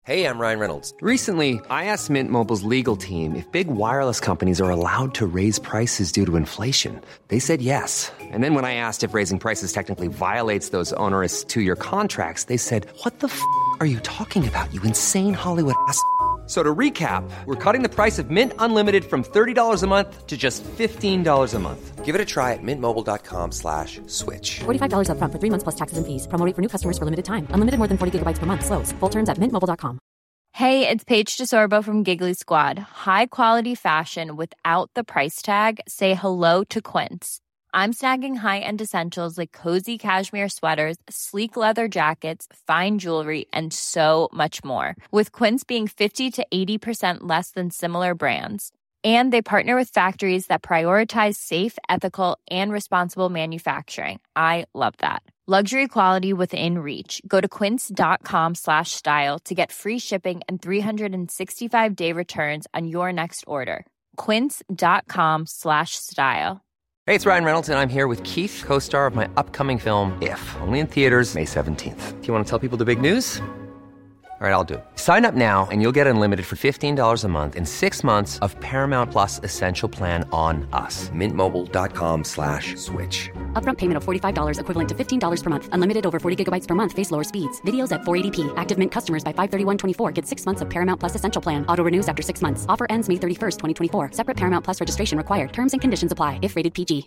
Hey, I'm Ryan Reynolds. Recently, I asked Mint Mobile's legal team if big wireless companies are allowed to raise prices due to inflation. They said yes. And then when I asked if raising prices technically violates those onerous two-year contracts, they said, "What the are you talking about, you insane Hollywood ass?" So to recap, we're cutting the price of Mint Unlimited from $30 a month to just $15 a month. Give it a try at mintmobile.com/switch. $45 up front for 3 months plus taxes and fees. Promo rate for new customers for limited time. Unlimited more than 40 gigabytes per month. Slows full terms at mintmobile.com. Hey, it's Paige DeSorbo from Giggly Squad. High quality fashion without the price tag. Say hello to Quince. I'm snagging high-end essentials like cozy cashmere sweaters, sleek leather jackets, fine jewelry, and so much more. With Quince being 50 to 80% less than similar brands. And they partner with factories that prioritize safe, ethical, and responsible manufacturing. I love that. Luxury quality within reach. Go to quince.com/style to get free shipping and 365-day returns on your next order. Quince.com/style. Hey, it's Ryan Reynolds, and I'm here with Keith, co-star of my upcoming film, If, only in theaters May 17th. Do you want to tell people the big news? All right, I'll do it. Sign up now and you'll get unlimited for $15 a month and 6 months of Paramount Plus Essential Plan on us. mintmobile.com/switch. Upfront payment of $45 equivalent to $15 per month. Unlimited over 40 gigabytes per month. Face lower speeds. Videos at 480p. Active Mint customers by 531.24 get 6 months of Paramount Plus Essential Plan. Auto renews after 6 months. Offer ends May 31st, 2024. Separate Paramount Plus registration required. Terms and conditions apply if rated PG.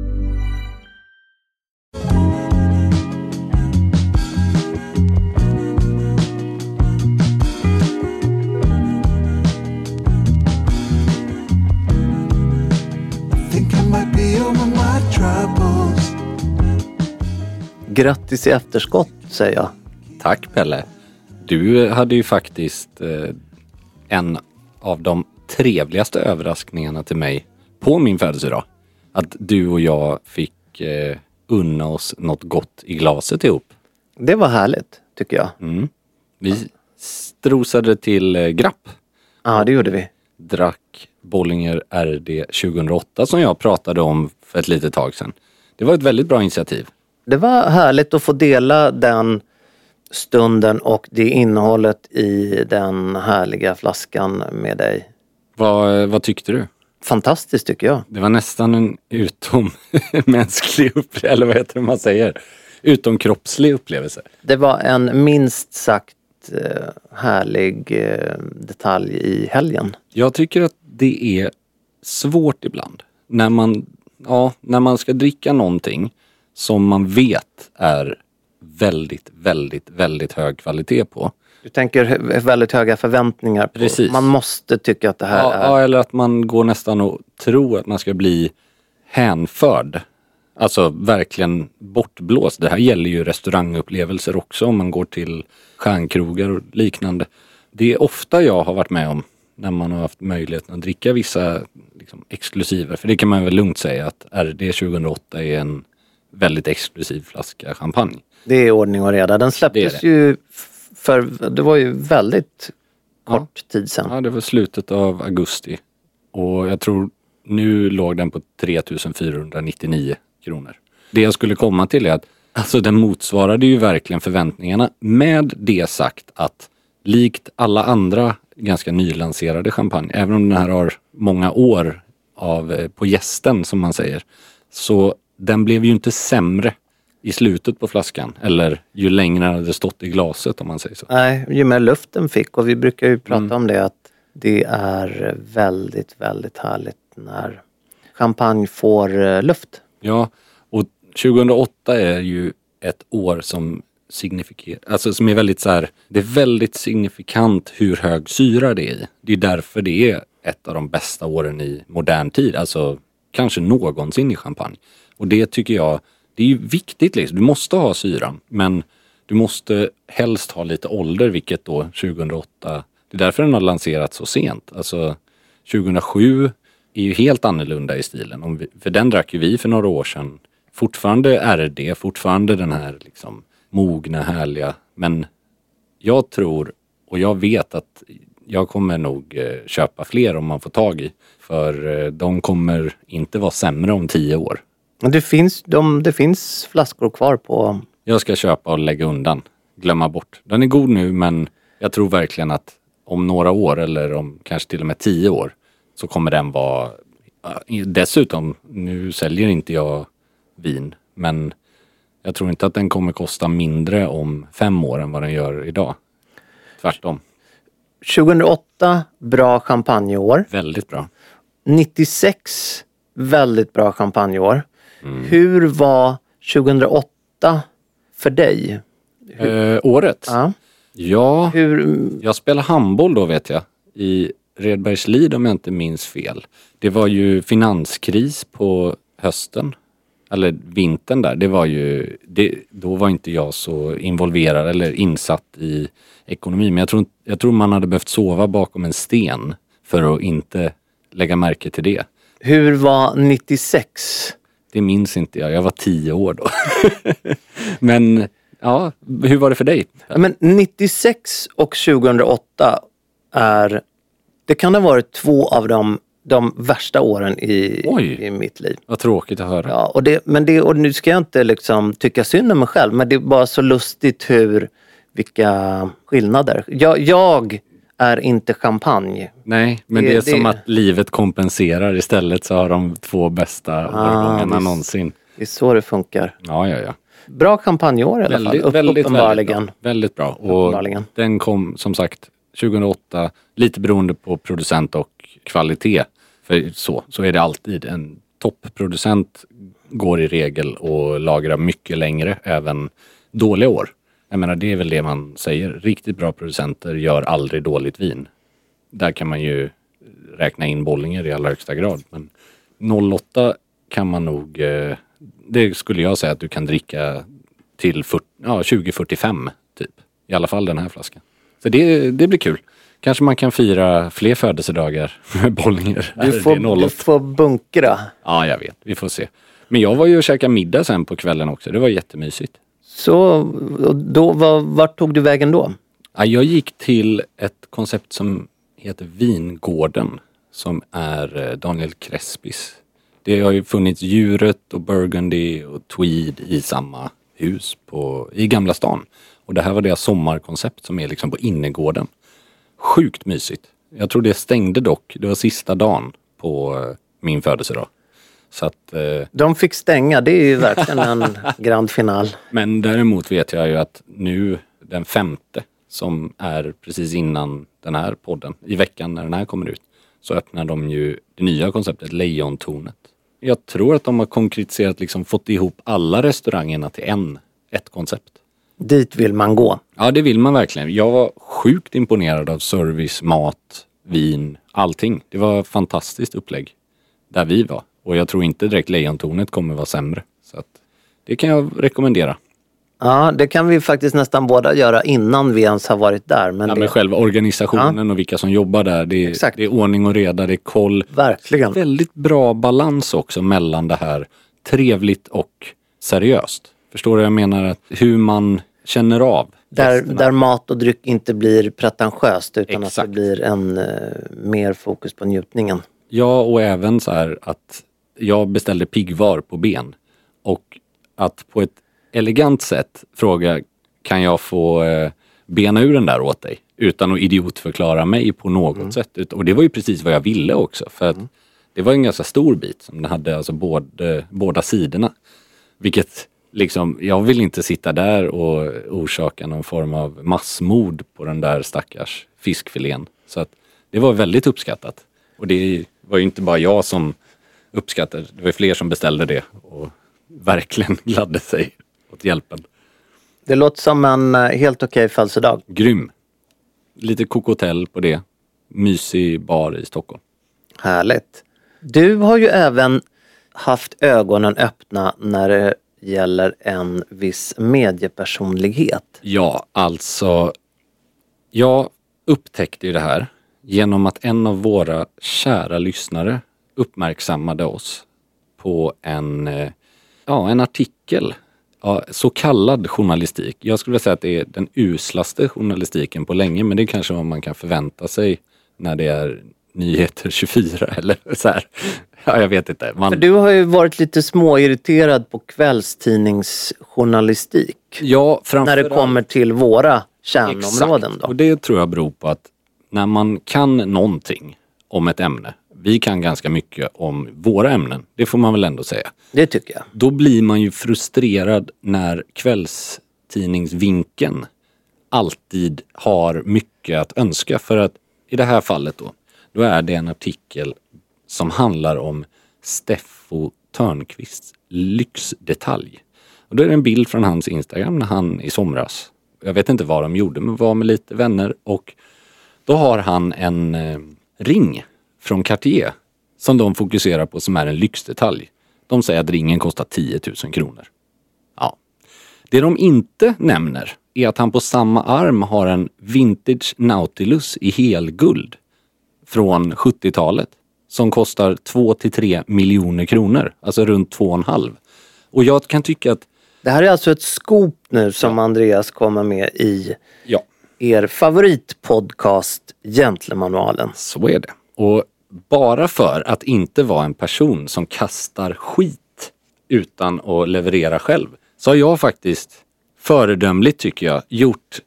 Grattis i efterskott, säger jag. Tack, Pelle. Du hade ju faktiskt en av de trevligaste överraskningarna till mig på min födelsedag. Att du och jag fick unna oss något gott i glaset ihop. Det var härligt, tycker jag. Vi strosade till Grapp. Ja, det gjorde vi. Drack Bollinger RD 2008 som jag pratade om för ett litet tag sedan. Det var ett väldigt bra initiativ. Det var härligt att få dela den stunden och det innehållet i den härliga flaskan med dig. Vad tyckte du? Fantastiskt, tycker jag. Det var nästan en utommänsklig upplevelse, eller vad heter det man säger? Utomkroppslig upplevelse. Det var en minst sagt härlig detalj i helgen. Jag tycker att det är svårt ibland när man ska dricka någonting som man vet är väldigt, väldigt, väldigt hög kvalitet på. Du tänker väldigt höga förväntningar på. Precis. Man måste tycka att det här är... Ja, eller att man går nästan och tror att man ska bli hänförd. Alltså verkligen bortblåst. Det här gäller ju restaurangupplevelser också om man går till stjärnkrogar och liknande. Det är ofta jag har varit med om när man har haft möjligheten att dricka vissa liksom, exklusiva. För det kan man väl lugnt säga att RD 2008 är en väldigt exklusiv flaska champagne. Det är ordning och reda. Den släpptes ju det var ju väldigt kort tid sedan. Ja, det var slutet av augusti. Och jag tror nu låg den på 3499 kronor. Det jag skulle komma till är att alltså, den motsvarade ju verkligen förväntningarna. Med det sagt att likt alla andra ganska nylanserade champagne, även om den här har många år på gästen som man säger, så den blev ju inte sämre i slutet på flaskan. Eller ju längre den hade stått i glaset om man säger så. Nej, ju mer luften fick. Och vi brukar ju prata om det att det är väldigt, väldigt härligt när champagne får luft. Ja, och 2008 är ju ett år som som är väldigt så här, det är väldigt signifikant hur hög syra det är i. Det är därför det är ett av de bästa åren i modern tid. Alltså kanske någonsin i champagne. Och det tycker jag, det är ju viktigt liksom. Du måste ha syran, men du måste helst ha lite ålder, vilket då 2008, det är därför den har lanserats så sent. Alltså 2007 är ju helt annorlunda i stilen. För den drack ju vi för några år sedan. Fortfarande RD, fortfarande den här liksom mogna, härliga. Men jag tror och jag vet att jag kommer nog köpa fler om man får tag i. För de kommer inte vara sämre om 10 år. Men det finns flaskor kvar på... Jag ska köpa och lägga undan. Glömma bort. Den är god nu, men Jag tror verkligen att om några år eller om kanske till och med 10 år så kommer den vara... Dessutom, nu säljer inte jag vin, men jag tror inte att den kommer kosta mindre om 5 år än vad den gör idag. Tvärtom. 2008, bra champagneår. Väldigt bra. 96, väldigt bra champagneår. Hur var 2008 för dig? Året? Ja. Ja, Hur... jag spelade handboll då vet jag. I Redbergslid om jag inte minns fel. Det var ju finanskris på hösten. Eller vintern där. Det var ju... då var inte jag så involverad eller insatt i ekonomi. Men jag tror man hade behövt sova bakom en sten för att inte lägga märke till det. Hur var 96? Det minns inte jag. Jag var 10 år då. Men ja, hur var det för dig? Men 96 och 2008 är... Det kan ha varit 2 av de värsta åren i mitt liv. Vad tråkigt att höra. Ja, och nu ska jag inte liksom tycka synd om mig själv, men det är bara så lustigt vilka skillnader. Jag är inte champagne. Nej, men det är som att livet kompenserar. Istället så har de 2 bästa årgångarna någonsin. Det är så det funkar. Ja. Bra champagneår i alla fall. Väldigt bra. Och den kom som sagt 2008, lite beroende på producent och kvalitet. För så är det alltid. En toppproducent går i regel och lagrar mycket längre, även dåliga år. Jag menar, det är väl det man säger. Riktigt bra producenter gör aldrig dåligt vin. Där kan man ju räkna in Bollinger i allra högsta grad. Men 08 kan man nog... Det skulle jag säga att du kan dricka till 2045 typ. I alla fall den här flaskan. Så det blir kul. Kanske man kan fira fler födelsedagar med Bollinger. Du får bunkra. Ja, jag vet. Vi får se. Men jag var ju och käkade middag sen på kvällen också. Det var jättemysigt. Så då, vart tog du vägen då? Ja, jag gick till ett koncept som heter Vingården. Som är Daniel Crespis. Det har ju funnits Djuret och Burgundy och Tweed i samma hus i Gamla stan. Och det här var deras sommarkoncept som är liksom på innergården. Sjukt mysigt. Jag tror det stängde dock. Det var sista dagen på min födelsedag. Så att, de fick stänga, det är ju verkligen en grand final. Men däremot vet jag ju att nu den 5:e som är precis innan den här podden, i veckan när den här kommer ut, så öppnar de ju det nya konceptet Lejontornet. Jag tror att de har konkretiserat, liksom fått ihop alla restaurangerna till ett koncept. Dit vill man gå. Ja, det vill man verkligen. Jag var sjukt imponerad av service, mat, vin, allting. Det var fantastiskt upplägg där vi var. Och jag tror inte direkt Lejontornet kommer vara sämre. Så att det kan jag rekommendera. Ja, det kan vi faktiskt nästan båda göra innan vi ens har varit där. Men själva organisationen och vilka som jobbar där. Det är ordning och reda, det är koll. Verkligen. Väldigt bra balans också mellan det här trevligt och seriöst. Förstår du vad jag menar? Att hur man känner av. Där mat och dryck inte blir pretentiöst utan att det blir en mer fokus på njutningen. Ja, och även så här att jag beställde piggvar på ben. Och att på ett elegant sätt fråga, kan jag få bena ur den där åt dig? Utan att idiotförklara mig på något sätt. Och det var ju precis vad jag ville också. För att det var en ganska stor bit som den hade alltså båda sidorna. Vilket liksom, jag vill inte sitta där och orsaka någon form av massmord på den där stackars fiskfilén. Så att det var väldigt uppskattat. Och det var ju inte bara jag som uppskattade. Det var fler som beställde det och verkligen gladde sig åt hjälpen. Det låter som en helt okej födelsedag. Grym. Lite kokotell på det. Mysig bar i Stockholm. Härligt. Du har ju även haft ögonen öppna när det gäller en viss mediepersonlighet. Ja, alltså jag upptäckte ju det här genom att en av våra kära lyssnare uppmärksammade oss på en artikel. Ja, så kallad journalistik. Jag skulle vilja säga att det är den uslaste journalistiken på länge, men det är kanske vad man kan förvänta sig när det är Nyheter 24 eller så här. Ja, jag vet inte. För du har ju varit lite småirriterad på kvällstidningsjournalistik. Ja, när det kommer till våra kärnområden då. Och det tror jag beror på att när man kan någonting om ett ämne, vi kan ganska mycket om våra ämnen, det får man väl ändå säga. Det tycker jag. Då blir man ju frustrerad när kvällstidningsvinkeln alltid har mycket att önska. För att i det här fallet då är det en artikel som handlar om Steffo Törnqvists lyxdetalj. Och då är det en bild från hans Instagram när han i somras, jag vet inte vad de gjorde, men var med lite vänner, och då har han en ring från Cartier som de fokuserar på som är en lyxdetalj. De säger att ringen kostar 10 000 kronor. Ja. Det de inte nämner är att han på samma arm har en vintage Nautilus i helguld från 70-talet som kostar 2-3 miljoner kronor. Alltså runt 2,5. Och jag kan tycka att... Det här är alltså ett scoop nu som Andreas kommer med i er favoritpodcast Gentlemanualen. Så är det. Och bara för att inte vara en person som kastar skit utan att leverera själv, så har jag faktiskt föredömligt, tycker jag, gjort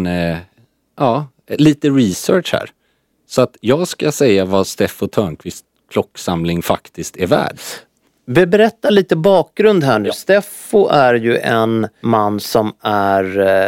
lite research här. Så att jag ska säga vad Steffo Törnqvists klocksamling faktiskt är värd. Vi berättar lite bakgrund här nu. Steffo är ju en man som är...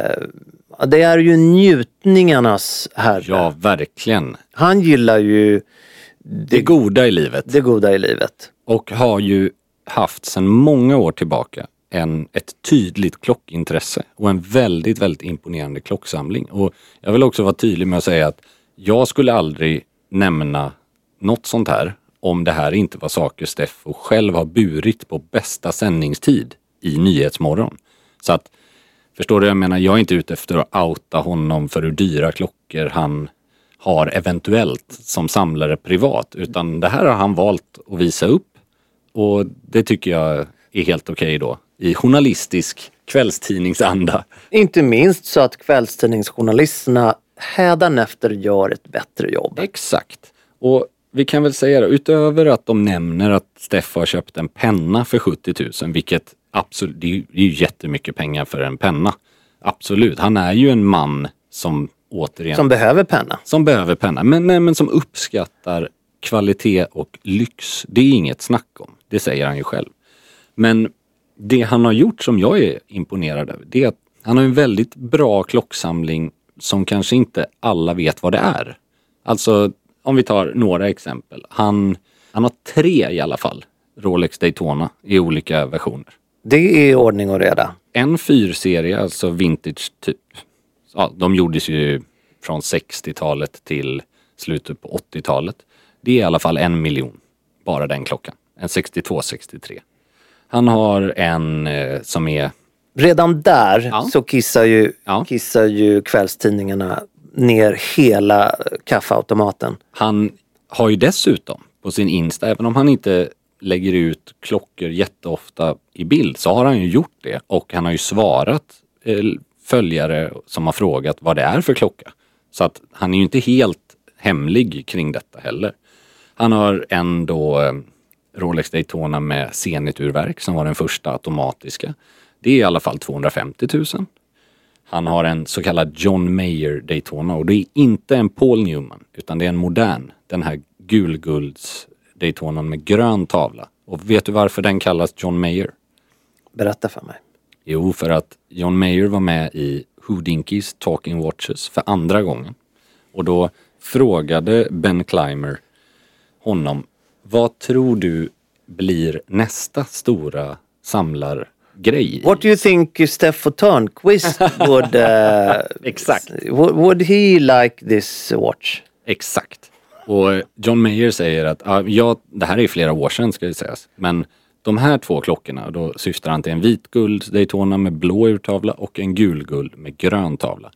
det är ju njutningarnas herre. Ja, verkligen. Han gillar ju... Det goda i livet. Det goda i livet. Och har ju haft sedan många år tillbaka ett tydligt klockintresse och en väldigt, väldigt imponerande klocksamling. Och jag vill också vara tydlig med att säga att jag skulle aldrig nämna något sånt här om det här inte var saker Steffo själv har burit på bästa sändningstid i Nyhetsmorgon. Så att, förstår du, jag menar, jag är inte ute efter att outa honom för hur dyra klockor han har eventuellt som samlare privat, utan det här har han valt att visa upp, och det tycker jag är helt okej då i journalistisk kvällstidningsanda. Inte minst så att kvällstidningsjournalisterna hädanefter gör ett bättre jobb. Exakt. Och vi kan väl säga det, utöver att de nämner att Steffo har köpt en penna för 70 000, vilket absolut, det är ju jättemycket pengar för en penna. Absolut. Han är ju en man som återigen... Som behöver penna. Som behöver penna. Men som uppskattar kvalitet och lyx. Det är inget snack om. Det säger han ju själv. Men det han har gjort som jag är imponerad över, det är att han har en väldigt bra klocksamling som kanske inte alla vet vad det är. Alltså, om vi tar några exempel. Han har 3 i alla fall Rolex Daytona i olika versioner. Det är ordning och reda. En 4-serie, alltså vintage typ. Ja, de gjordes ju från 60-talet till slutet på 80-talet. Det är i alla fall 1 miljon. Bara den klockan. En 62-63. Han har en som är... Redan där så kissar ju kvällstidningarna ner hela kaffeautomaten. Han har ju dessutom på sin Insta, även om han inte lägger ut klockor jätteofta i bild, så har han ju gjort det. Och han har ju svarat följare som har frågat vad det är för klocka. Så att han är ju inte helt hemlig kring detta heller. Han har ändå Rolex Daytona med Zenit-urverk som var den första automatiska. Det är i alla fall 250 000. Han har en så kallad John Mayer Daytona, och det är inte en Paul Newman utan det är en modern, den här gulgulds Daytona med grön tavla. Och vet du varför den kallas John Mayer? Berätta för mig. Jo, för att John Mayer var med i Houdinkys Talking Watches för andra gången. Och då frågade Ben Clymer honom, vad tror du blir nästa stora samlargrej? What do you think Steffo Törnqvist would... Exakt. Would he like this watch? Exakt. Och John Mayer säger att det här är flera år sedan ska det sägas. Men de här 2 klockorna, då syftar han till en vitguld Daytona med blå urtavla och en gulguld med grön tavla.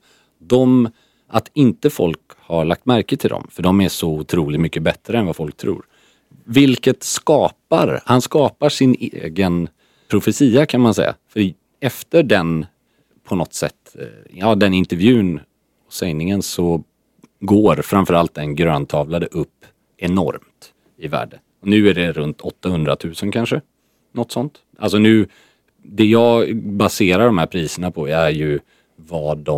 Att inte folk har lagt märke till dem, för de är så otroligt mycket bättre än vad folk tror. Vilket han skapar sin egen profetia, kan man säga. För efter den, på något sätt, den intervjun och sägningen, så går framförallt den gröntavlade upp enormt i värde. Och nu är det runt 800 000 kanske. Något sånt. Alltså nu, det jag baserar de här priserna på är ju vad de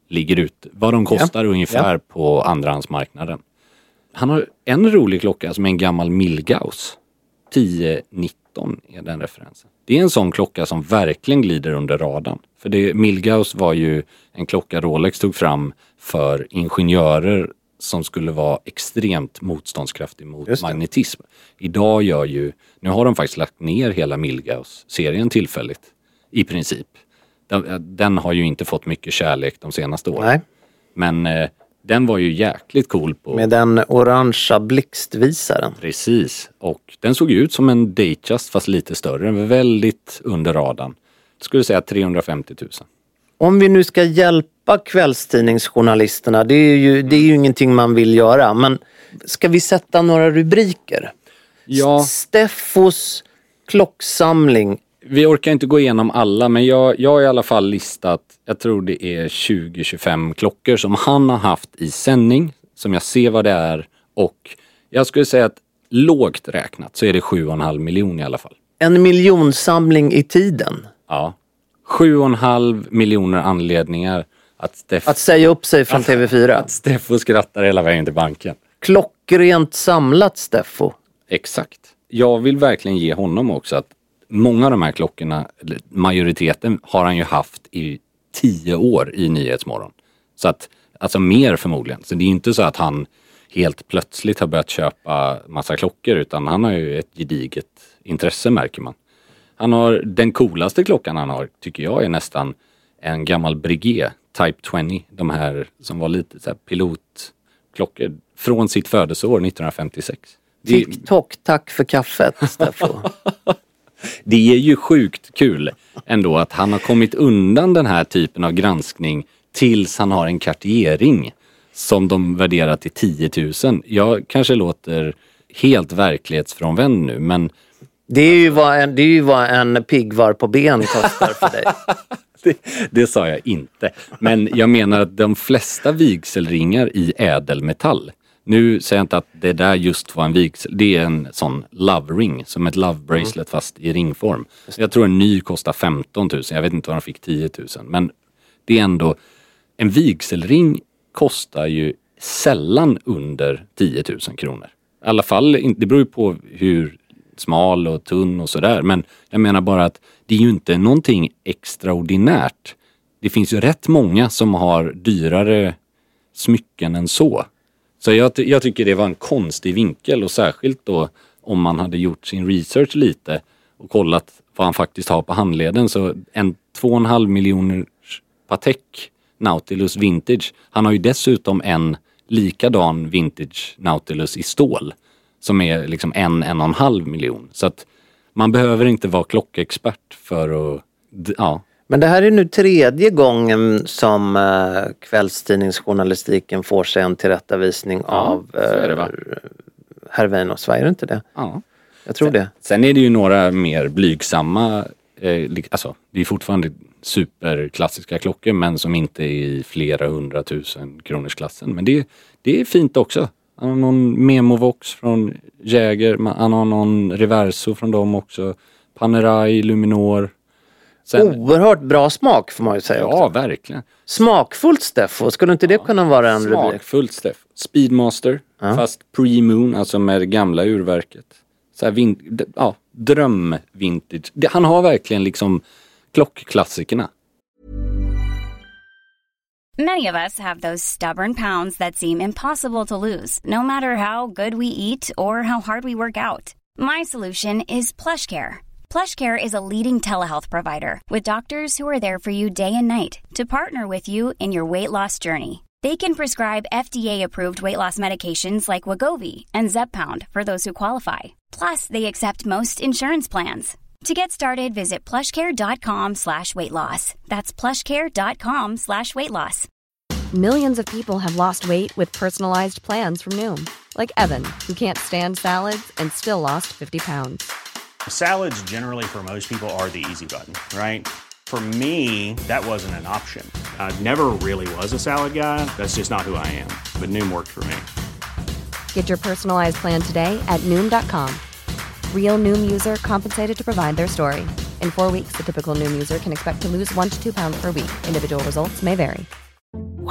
ligger ut. Vad de kostar ungefär på andrahandsmarknaden. Han har en rolig klocka som är en gammal Milgauss. 1019 är den referensen. Det är en sån klocka som verkligen glider under radarn. För Milgauss var ju en klocka Rolex tog fram för ingenjörer som skulle vara extremt motståndskraftig mot magnetism. Idag nu har de faktiskt lagt ner hela Milgauss-serien tillfälligt. I princip. Den har ju inte fått mycket kärlek de senaste åren. Nej. Men den var ju jäkligt cool på... Med den orangea blixtvisaren. Precis. Och den såg ut som en Datejust fast lite större. Den var väldigt under radarn. Jag skulle säga 350 000. Om vi nu ska hjälpa kvällstidningsjournalisterna, det är ju ingenting man vill göra. Men ska vi sätta några rubriker? Ja. Steffos klocksamling. Vi orkar inte gå igenom alla, men jag har i alla fall listat, jag tror det är 20-25 klockor som han har haft i sändning, som jag ser vad det är. Och jag skulle säga att lågt räknat så är det 7,5 miljoner i alla fall. En miljonsamling i tiden? Ja. 7,5 miljoner anledningar att säga upp sig från TV4. Att Steffo skrattar hela vägen till banken. Klockrent samlat Steffo. Exakt. Jag vill verkligen ge honom också att många av de här klockorna, majoriteten har han ju haft i 10 år i Nyhetsmorgon. Så att, alltså mer förmodligen. Så det är inte så att han helt plötsligt har börjat köpa massa klockor, utan han har ju ett gediget intresse, märker man. Han har, den coolaste klockan han har, tycker jag, är nästan en gammal Breguet Type 20. De här som var lite så här pilotklockor från sitt födelseår 1956. TikTok, tack för kaffet, Steffo. Det är ju sjukt kul ändå att han har kommit undan den här typen av granskning tills han har en Cartier-ring som de värderar till 10 000. Jag kanske låter helt verklighetsfrånvänd nu, men... Det är ju vad en piggvar på ben kostar för dig. Det sa jag inte. Men jag menar att de flesta vigselringar i ädelmetall, nu säger jag inte att det där just var en vigsel. Det är en sån love ring, som ett love bracelet fast i ringform. Jag tror en ny kostar 15 000. Jag vet inte vad de fick 10 000. Men det är ändå, en vigselring kostar ju sällan under 10 000 kronor. I alla fall, det beror ju på hur smal och tunn och sådär. Men jag menar bara att det är ju inte någonting extraordinärt. Det finns ju rätt många som har dyrare smycken än så. Så jag tycker det var en konstig vinkel, och särskilt då om man hade gjort sin research lite och kollat vad han faktiskt har på handleden. Så en 2,5 miljoner Patek Nautilus Vintage. Han har ju dessutom en likadan Vintage Nautilus i stål som är liksom 1,5 miljon. Så att man behöver inte vara klockexpert för att... Ja. Men det här är nu 3:e gången som kvällstidningsjournalistiken får sig en tillrättavisning av Herr Weinos, är det inte det? Ja. Jag tror det. Sen är det ju några mer blygsamma, alltså det är fortfarande superklassiska klockor, men som inte är i flera 100 000 kronors klassen. Men det är fint också. Han har någon Memovox från Jäger, han har någon Reverso från dem också. Panerai, Luminor. Oerhört bra smak får man ju säga också. Ja, verkligen. Smakfullt Steffo, skulle inte det kunna vara en rubrik? Smakfullt Steffo. Speedmaster, fast pre-moon, alltså med det gamla urverket. Så här drömvintage. Han har verkligen liksom klockklassikerna. Many of us have those stubborn pounds that seem impossible to lose, no matter how good we eat or how hard we work out. My solution is PlushCare. PlushCare is a leading telehealth provider with doctors who are there for you day and night to partner with you in your weight loss journey. They can prescribe FDA-approved weight loss medications like Wegovy and Zepbound for those who qualify. Plus, they accept most insurance plans. To get started, visit plushcare.com/weightloss. That's plushcare.com/weightloss. Millions of people have lost weight with personalized plans from Noom. Like Evan, who can't stand salads and still lost 50 pounds. Salads generally for most people are the easy button, right? For me, that wasn't an option. I never really was a salad guy. That's just not who I am. But Noom worked for me. Get your personalized plan today at Noom.com. Real Noom user compensated to provide their story. In 4 weeks, the typical Noom user can expect to lose 1 to 2 pounds per week. Individual results may vary.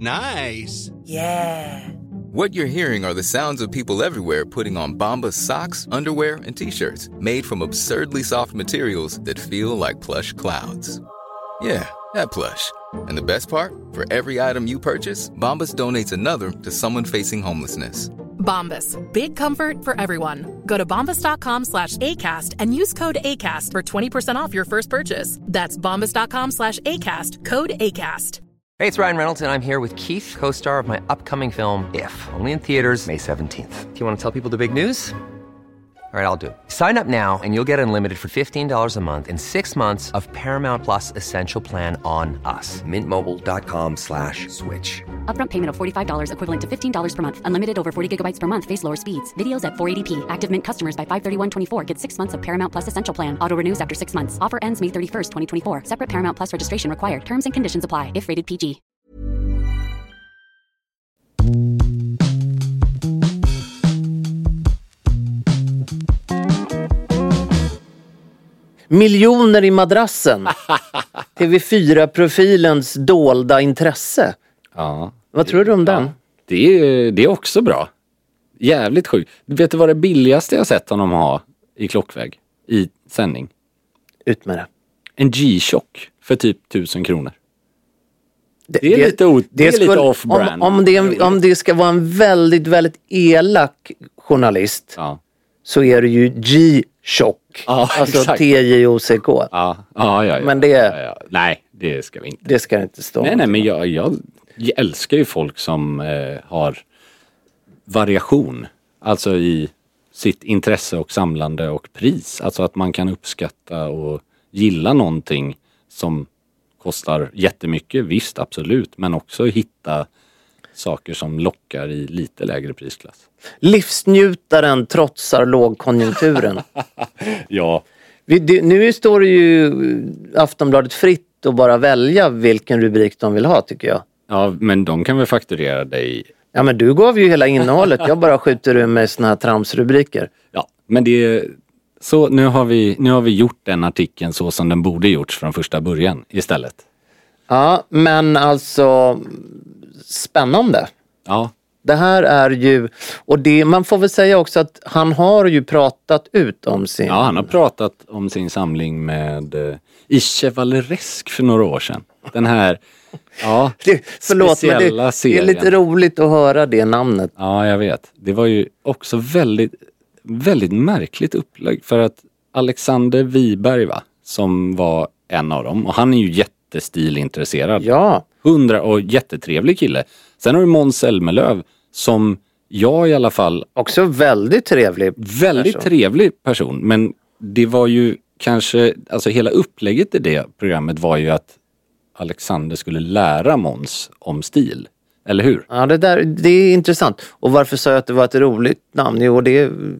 Nice. Yeah. What you're hearing are the sounds of people everywhere putting on Bombas socks, underwear, and T-shirts made from absurdly soft materials that feel like plush clouds. Yeah, that plush. And the best part? For every item you purchase, Bombas donates another to someone facing homelessness. Bombas. Big comfort for everyone. Go to bombas.com/ACAST and use code ACAST for 20% off your first purchase. That's bombas.com/ACAST. Code ACAST. Hey, it's Ryan Reynolds, and I'm here with Keith, co-star of my upcoming film, If, only in theaters May 17th. Do you want to tell people the big news? All right, I'll do it. Sign up now and you'll get unlimited for $15 a month and 6 months of Paramount Plus Essential Plan on us. mintmobile.com/switch. Upfront payment of $45 equivalent to $15 per month. Unlimited over 40 gigabytes per month. Face lower speeds. Videos at 480p. Active Mint customers by 531.24 get 6 months of Paramount Plus Essential Plan. Auto renews after 6 months. Offer ends May 31st, 2024. Separate Paramount Plus registration required. Terms and conditions apply if rated PG. Miljoner i madrassen. TV4-profilens dolda intresse. Ja. Vad tror du om den? Det är också bra. Jävligt sjukt. Vet du vad det billigaste jag sett honom ha i klockväg? I sändning? Ut med det. En G-Shock för typ 1000 kronor. Det är lite off-brand. Om det ska vara en väldigt, väldigt elak journalist, så är det ju G-Shock. Ja, alltså exakt. TJOCK. Ja. Men det... Nej, det ska vi inte. Det ska inte stå. Nej, men jag älskar ju folk som har variation. Alltså i sitt intresse och samlande och pris. Alltså att man kan uppskatta och gilla någonting som kostar jättemycket, visst, absolut. Men också hitta saker som lockar i lite lägre prisklass. Livsnjutaren trotsar lågkonjunkturen. Ja. Nu står det ju Aftonbladet fritt att bara välja vilken rubrik de vill ha, tycker jag. Ja, men de kan väl fakturera dig. Ja, men du gav ju hela innehållet. Jag bara skjuter ur med såna här tramsrubriker. Ja, men det är... Så nu har vi gjort den artikeln så som den borde gjorts från första början istället. Ja, men alltså spännande. Ja. Det här är ju, och det, man får väl säga också att han har ju pratat ut om sin... Ja, han har pratat om sin samling med i Chevaleresk för några år sedan. Den här speciella serien. Det är lite roligt att höra det namnet. Ja, jag vet. Det var ju också väldigt, väldigt märkligt upplägg för att Alexander Wiberg, som var en av dem, och han är ju jättestilintresserad. Ja. Och jättetrevlig kille. Sen har du Måns Zelmerlöw som jag i alla fall... Också väldigt trevlig. Väldigt trevlig person. Men det var ju kanske... Alltså hela upplägget i det programmet var ju att Alexander skulle lära Måns om stil. Eller hur? Ja, det är intressant. Och varför sa jag att det var ett roligt namn? Jo, det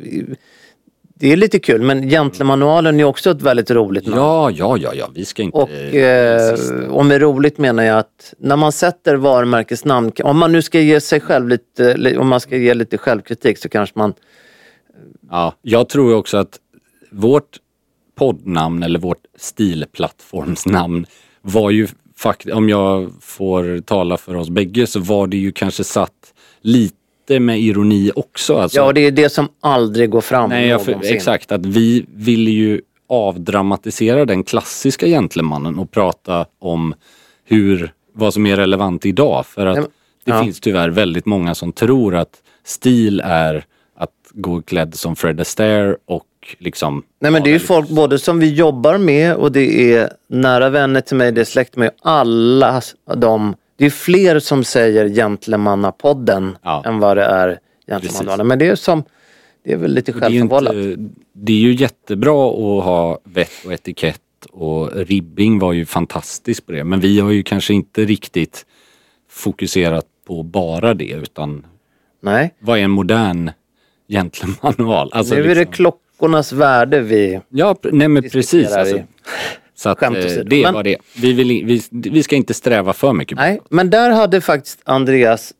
är lite kul, men Gentlemanualen är också ett väldigt roligt namn. Ja, vi ska inte... Och med roligt menar jag att när man sätter varumärkesnamn, om man nu ska ge sig själv lite, om man ska ge lite självkritik, så kanske man... Ja, jag tror också att vårt poddnamn eller vårt stilplattformsnamn var ju faktiskt, om jag får tala för oss bägge, så var det ju kanske satt lite med ironi också. Alltså. Ja, det är det som aldrig går fram. Exakt, att vi ville ju avdramatisera den klassiska gentlemannen och prata om vad som är relevant idag. För att det finns tyvärr väldigt många som tror att stil är att gå klädd som Fred Astaire och liksom... Nej, men det är ju folk både som vi jobbar med, och det är nära vänner till mig, det är släkt med alla de... Det är fler som säger Gentlemannapodden än vad det är Gentlemannaden. Men det är väl lite självförvållat. Det är ju jättebra att ha vett och etikett, och Ribbing var ju fantastiskt på det. Men vi har ju kanske inte riktigt fokuserat på bara det, utan vad är en modern gentlemanual? Alltså, nu är det klockornas värde vi... Ja, nej men precis. Alltså. Så att, det var det. Vi ska inte sträva för mycket. Nej, men där hade faktiskt Andreas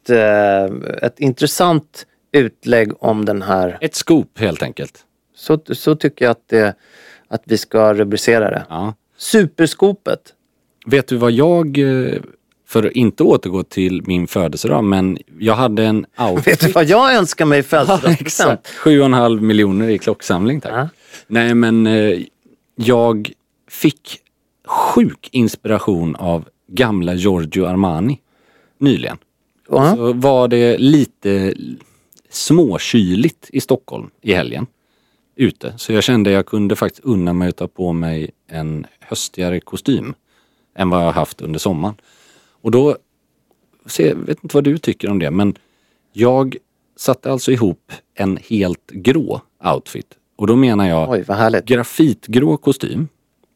ett intressant utlägg om den här. Ett scoop helt enkelt. Så tycker jag att vi ska rubricera det. Ja. Superskopet. Vet du vad jag För att inte återgå till min födelsedag, men jag hade en outfit. Vet du vad jag önskar mig i födelsedagspresent? 7,5 miljoner i klocksamling, tack. Ja. Nej, men jag fick sjuk inspiration av gamla Giorgio Armani nyligen. Så var det lite småkyligt i Stockholm i helgen ute. Så jag kände att jag kunde faktiskt unna mig att ta på mig en höstigare kostym än vad jag har haft under sommaren. Och då, jag vet inte vad du tycker om det, men jag satte alltså ihop en helt grå outfit. Och då menar jag grafitgrå kostym,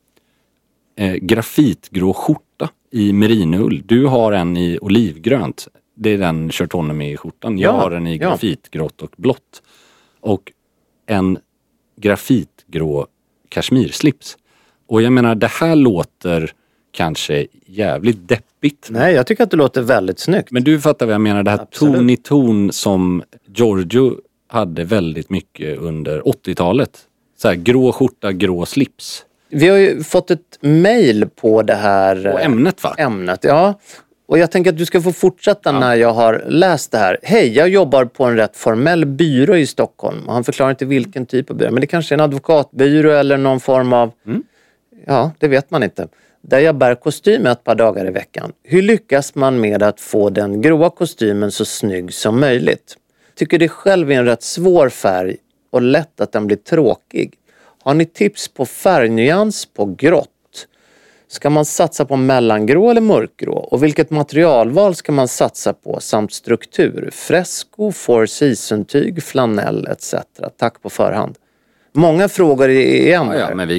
grafitgrå skjorta i merinoull. Du har en i olivgrönt. Det är den kört honom i skjortan. Jag har en i grafitgrått och blått. Och en grafitgrå kashmirslips. Och jag menar, det här låter kanske jävligt deppigt. Nej, jag tycker att det låter väldigt snyggt. Men du fattar vad jag menar. Det här ton i ton som Giorgio hade väldigt mycket under 80-talet. Så här, grå skjorta, grå slips. Vi har ju fått ett mejl på det här och ämnet, va? Ämnet, ja. Och jag tänker att du ska få fortsätta när jag har läst det här. Hej, jag jobbar på en rätt formell byrå i Stockholm. Han förklarar inte vilken typ av byrå. Men det kanske är en advokatbyrå eller någon form av... Ja, det vet man inte. Där jag bär kostym ett par dagar i veckan. Hur lyckas man med att få den gråa kostymen så snygg som möjligt? Tycker det själv är en rätt svår färg och lätt att den blir tråkig. Har ni tips på färgnyans på grått? Ska man satsa på mellangrå eller mörkgrå? Och vilket materialval ska man satsa på samt struktur? Fresco, four season-tyg, flanell etc. Tack på förhand. Många frågor igen. Ja, men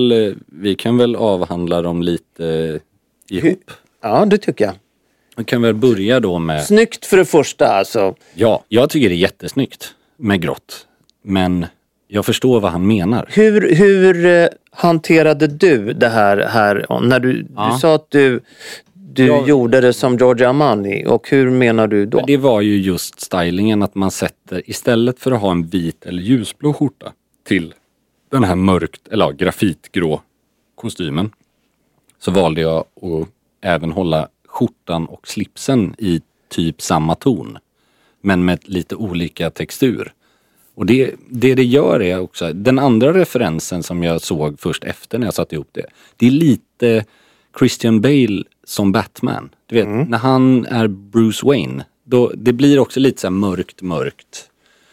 vi kan väl avhandla dem lite ihop. Ja, det tycker jag. Vi kan väl börja då med... Snyggt för det första alltså. Ja, jag tycker det är jättesnyggt med grått. Men jag förstår vad han menar. Hur hanterade du det här när du sa att du gjorde det som Giorgio Armani, och hur menar du då? Det var ju just stylingen, att man sätter, istället för att ha en vit eller ljusblå skjorta till den här mörkt eller grafitgrå kostymen, så valde jag att även hålla skjortan och slipsen i typ samma ton, men med lite olika textur. Och det gör är också, den andra referensen som jag såg först efter när jag satte ihop det är lite Christian Bale som Batman. Du vet, när han är Bruce Wayne, då, det blir också lite så här mörkt.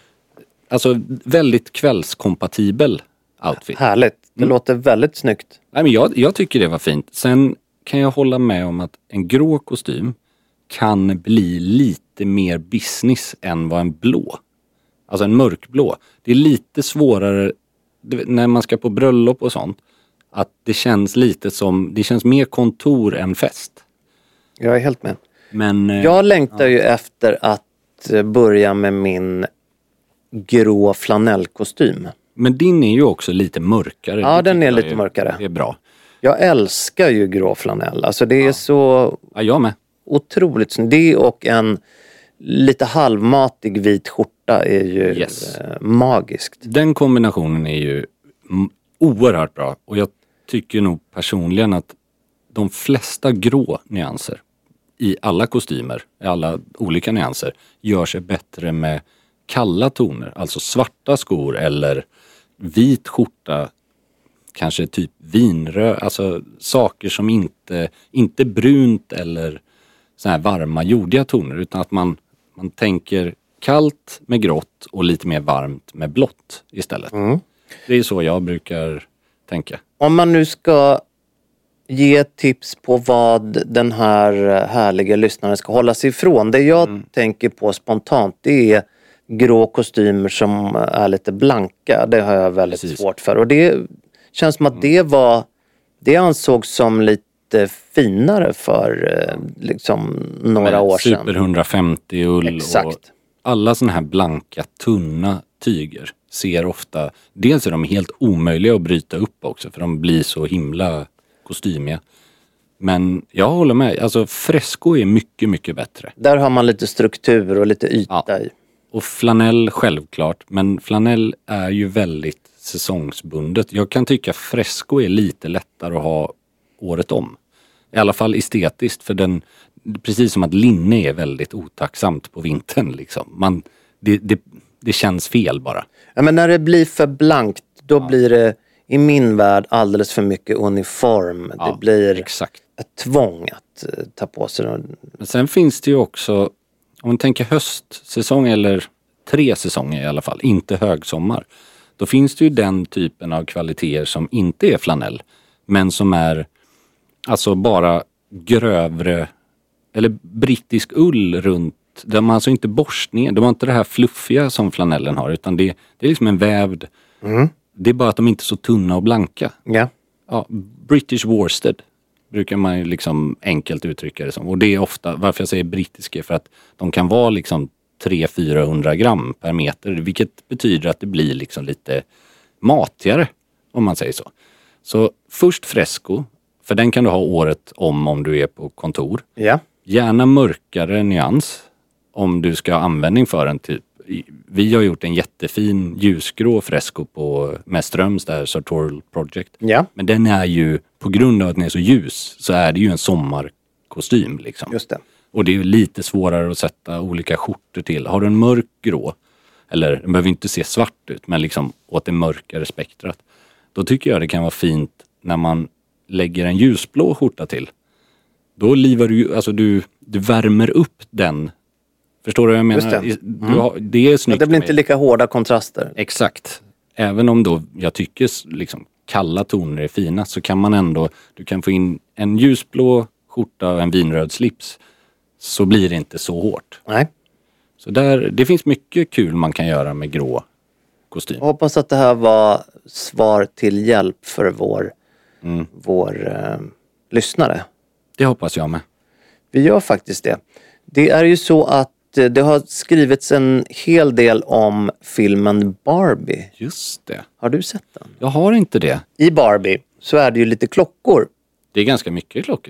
Alltså väldigt kvällskompatibel outfit. Härligt, det låter väldigt snyggt. Nej, men jag tycker det var fint. Sen kan jag hålla med om att en grå kostym kan bli lite mer business än vad en blå. Alltså en mörkblå. Det är lite svårare när man ska på bröllop och sånt. Att det känns lite som, det känns mer kontor än fest. Jag är helt med. Men, jag längtar ju efter att börja med min grå flanellkostym. Men din är ju också lite mörkare. Ja, den är lite mörkare. Det är bra. Jag älskar ju grå flanell. Alltså det är så... Ja, jag med. Otroligt snyggt. Det och en lite halvmatig vit skjorta är ju magiskt. Den kombinationen är ju oerhört bra. Och jag tycker nog personligen att de flesta grå nyanser i alla kostymer, i alla olika nyanser, gör sig bättre med kalla toner. Alltså svarta skor eller vit skjorta, kanske typ vinröd, alltså saker som inte brunt eller så här varma jordiga toner, utan att man tänker kallt med grått och lite mer varmt med blått istället. Det är så jag brukar tänka. Om man nu ska ge tips på vad den här härliga lyssnaren ska hålla sig ifrån. Det jag tänker på spontant, det är grå kostymer som är lite blanka. Det har jag väldigt svårt för. Och det känns som att det ansågs som lite finare för liksom några år sedan. Super 150 ull. Exakt. Och alla såna här blanka, tunna tyger ser ofta, dels är de helt omöjliga att bryta upp också, för de blir så himla kostymiga. Men jag håller med, alltså Fresco är mycket, mycket bättre. Där har man lite struktur och lite yta i. Och flanell självklart, men flanell är ju väldigt säsongsbundet. Jag kan tycka Fresco är lite lättare att ha året om. I alla fall estetiskt, för precis som att linne är väldigt otacksamt på vintern liksom. Det känns fel bara. Ja, men när det blir för blankt, då blir det i min värld alldeles för mycket uniform. Ja, det blir exakt. ett tvång att ta på sig. Men sen finns det ju också, om man tänker höstsäsong eller 3 säsonger i alla fall, inte högsommar. Då finns det ju den typen av kvaliteter som inte är flanell, men som är alltså bara grövre eller brittisk ull runt. De har alltså inte borstningar, de har inte det här fluffiga som flanellen har, utan det är liksom en vävd. Det är bara att de inte är så tunna och blanka. Ja. Ja, British worsted brukar man ju liksom enkelt uttrycka det som. Och det är ofta, varför jag säger brittiska, för att de kan vara liksom 300-400 gram per meter, vilket betyder att det blir liksom lite matigare, om man säger så. Så först fresco, för den kan du ha året om du är på kontor. Ja. Gärna mörkare nyans om du ska ha användning för den. Typ. Vi har gjort en jättefin ljusgrå fresco på Mäströms där, Sartorial Project. Ja. Men den är ju, på grund av att den är så ljus, så är det ju en sommarkostym liksom. Just det. Och det är lite svårare att sätta olika skjortor till. Har du en mörk grå, eller den behöver inte se svart ut, men liksom åt det mörkare spektrat, då tycker jag det kan vara fint när man lägger en ljusblå skjorta till. Då livar du, alltså du värmer upp den. Förstår du vad jag menar? Just det. Det är snyggt. Ja, det blir inte lika hårda kontraster. Exakt. Även om då jag tycker liksom kalla toner är fina, så kan man ändå, du kan få in en ljusblå skjorta och en vinröd slips, så blir det inte så hårt. Nej. Så det finns mycket kul man kan göra med grå kostym. Jag hoppas att det här var svar till hjälp för vår lyssnare. Det hoppas jag med. Vi gör faktiskt det. Det är ju så att det har skrivits en hel del om filmen Barbie. Just det. Har du sett den? Jag har inte det. I Barbie så är det ju lite klockor. Det är ganska mycket klockor.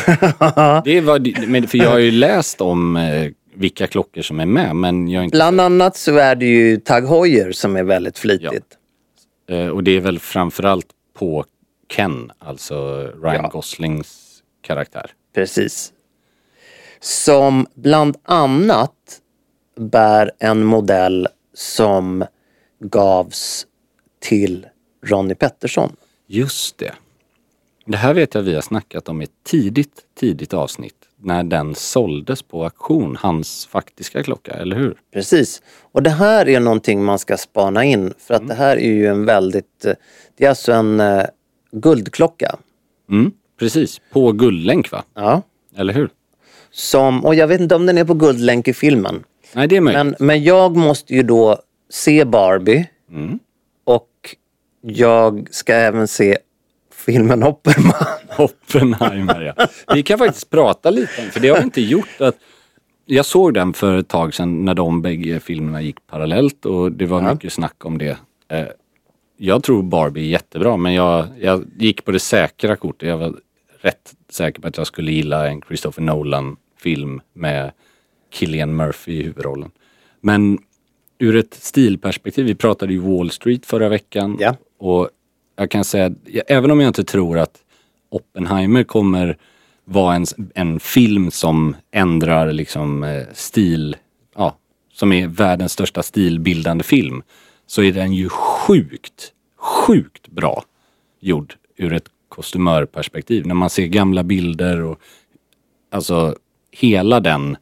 För jag har ju läst om vilka klockor som är med, men jag har inte... Bland annat så är det ju Tag Heuer som är väldigt flitigt. Ja. Och det är väl framförallt på Ken, alltså Ryan Goslings karaktär. Precis. Som bland annat bär en modell som gavs till Ronnie Peterson. Just det. Det här vet jag vi har snackat om i ett tidigt avsnitt. När den såldes på auktion, hans faktiska klocka, eller hur? Precis. Och det här är någonting man ska spana in. För att det här är ju en väldigt... Det är alltså en guldklocka. Precis. På guldlänk, va? Ja. Eller hur? Och jag vet inte om den är på guldlänk i filmen. Nej, det är möjligt. Men jag måste ju då se Barbie. Och jag ska även se filmen Oppenheimer, ja. Vi kan faktiskt prata lite, för det har vi inte gjort. Jag såg den för ett tag sedan när de bägge filmerna gick parallellt, och det var mycket snack om det. Jag tror Barbie är jättebra, men jag gick på det säkra kortet. Jag var rätt säker på att jag skulle gilla en Christopher Nolan-film med Cillian Murphy i huvudrollen. Men ur ett stilperspektiv, vi pratade ju Wall Street förra veckan. Ja. Och jag kan säga, även om jag inte tror att Oppenheimer kommer vara en film som ändrar liksom stil, som är världens största stilbildande film, så är den ju sjukt bra gjord ur ett kostymörperspektiv. När man ser gamla bilder och alltså hela den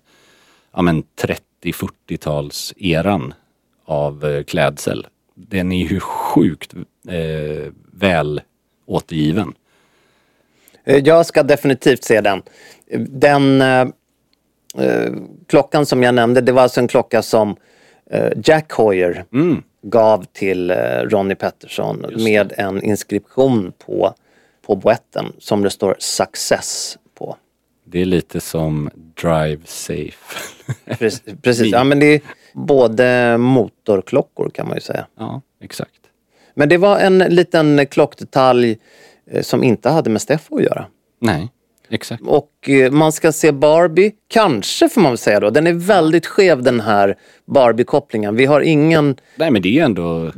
30-40-tals eran av klädsel. Den är ju sjukt väl återgiven. Jag ska definitivt se den. Den klockan som jag nämnde, det var alltså en klocka som Jack Heuer gav till Ronnie Peterson med en inskription på boetten som det står Success på. Det är lite som Drive Safe. Precis. Ja, men det är både motorklockor kan man ju säga. Ja, exakt. Men det var en liten klockdetalj som inte hade med Steffo att göra. Nej, exakt. Och man ska se Barbie, kanske får man väl säga då. Den är väldigt skev, den här Barbie-kopplingen. Vi har ingen... Nej, men det är ändå...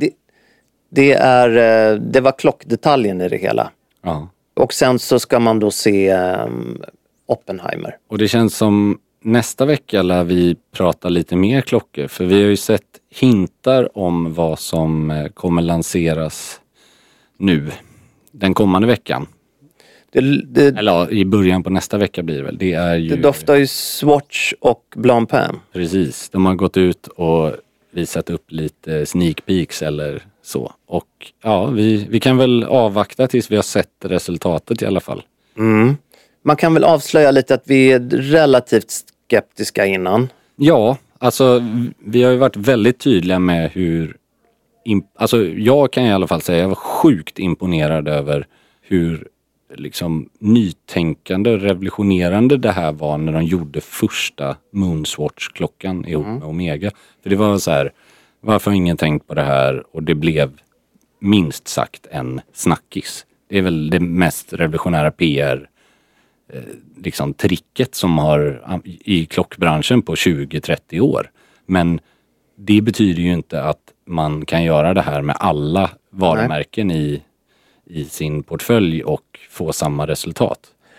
Det var klockdetaljen i det hela. Ja. Och sen så ska man då se Oppenheimer. Och det känns som nästa vecka lär vi prata lite mer klockor. För vi har ju sett hintar om vad som kommer lanseras nu. Den kommande veckan. Eller i början på nästa vecka blir det väl. Det doftar ju Swatch och Blancpain. Precis, de har gått ut och visat upp lite sneak peeks eller så. Och ja, vi kan väl avvakta tills vi har sett resultatet i alla fall. Mm. Man kan väl avslöja lite att vi är relativt skeptiska innan. Ja, alltså vi har ju varit väldigt tydliga med hur... Alltså jag kan i alla fall säga jag var sjukt imponerad över hur liksom nytänkande och revolutionerande det här var när de gjorde första Moonswatch-klockan ihop med Omega. För det var så här, varför har ingen tänkt på det här? Och det blev minst sagt en snackis. Det är väl det mest revolutionära PR liksom tricket som har i klockbranschen på 20-30 år. Men det betyder ju inte att man kan göra det här med alla varumärken i sin portfölj och få samma resultat.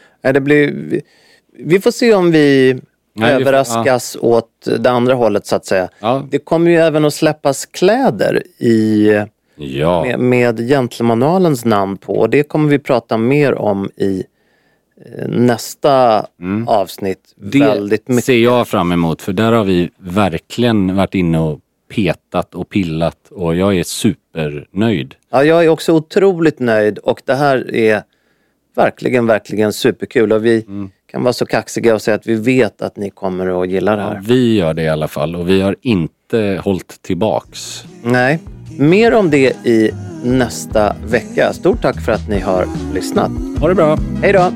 Vi får se om vi överraskas åt det andra hållet så att säga. Ja. Det kommer ju även att släppas kläder med Gentlemanualens namn på. Och det kommer vi prata mer om i nästa avsnitt. Väldigt mycket. Ser jag fram emot, för där har vi verkligen varit inne och petat och pillat och jag är supernöjd. Ja, jag är också otroligt nöjd och det här är verkligen, verkligen superkul och vi kan vara så kaxiga och säga att vi vet att ni kommer att gilla det här. Ja, vi gör det i alla fall och vi har inte hållit tillbaks. Nej, mer om det i nästa vecka. Stort tack för att ni har lyssnat. Ha det bra. Hej då.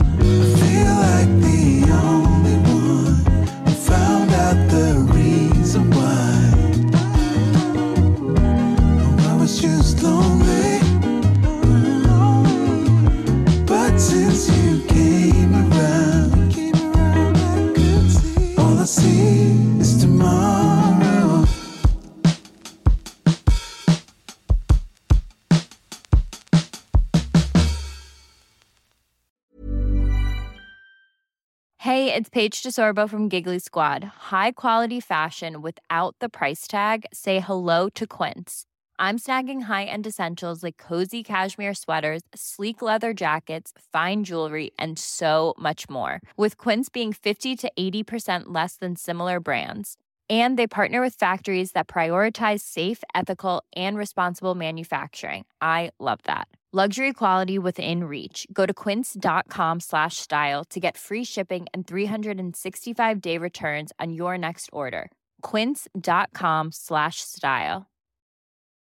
Hey, it's Paige DeSorbo from Giggly Squad. High quality fashion without the price tag. Say hello to Quince. I'm snagging high-end essentials like cozy cashmere sweaters, sleek leather jackets, fine jewelry, and so much more. With Quince being 50 to 80% less than similar brands. And they partner with factories that prioritize safe, ethical, and responsible manufacturing. I love that. Luxury quality within reach. Go to quince.com/style to get free shipping and 365-day returns on your next order. Quince.com/style.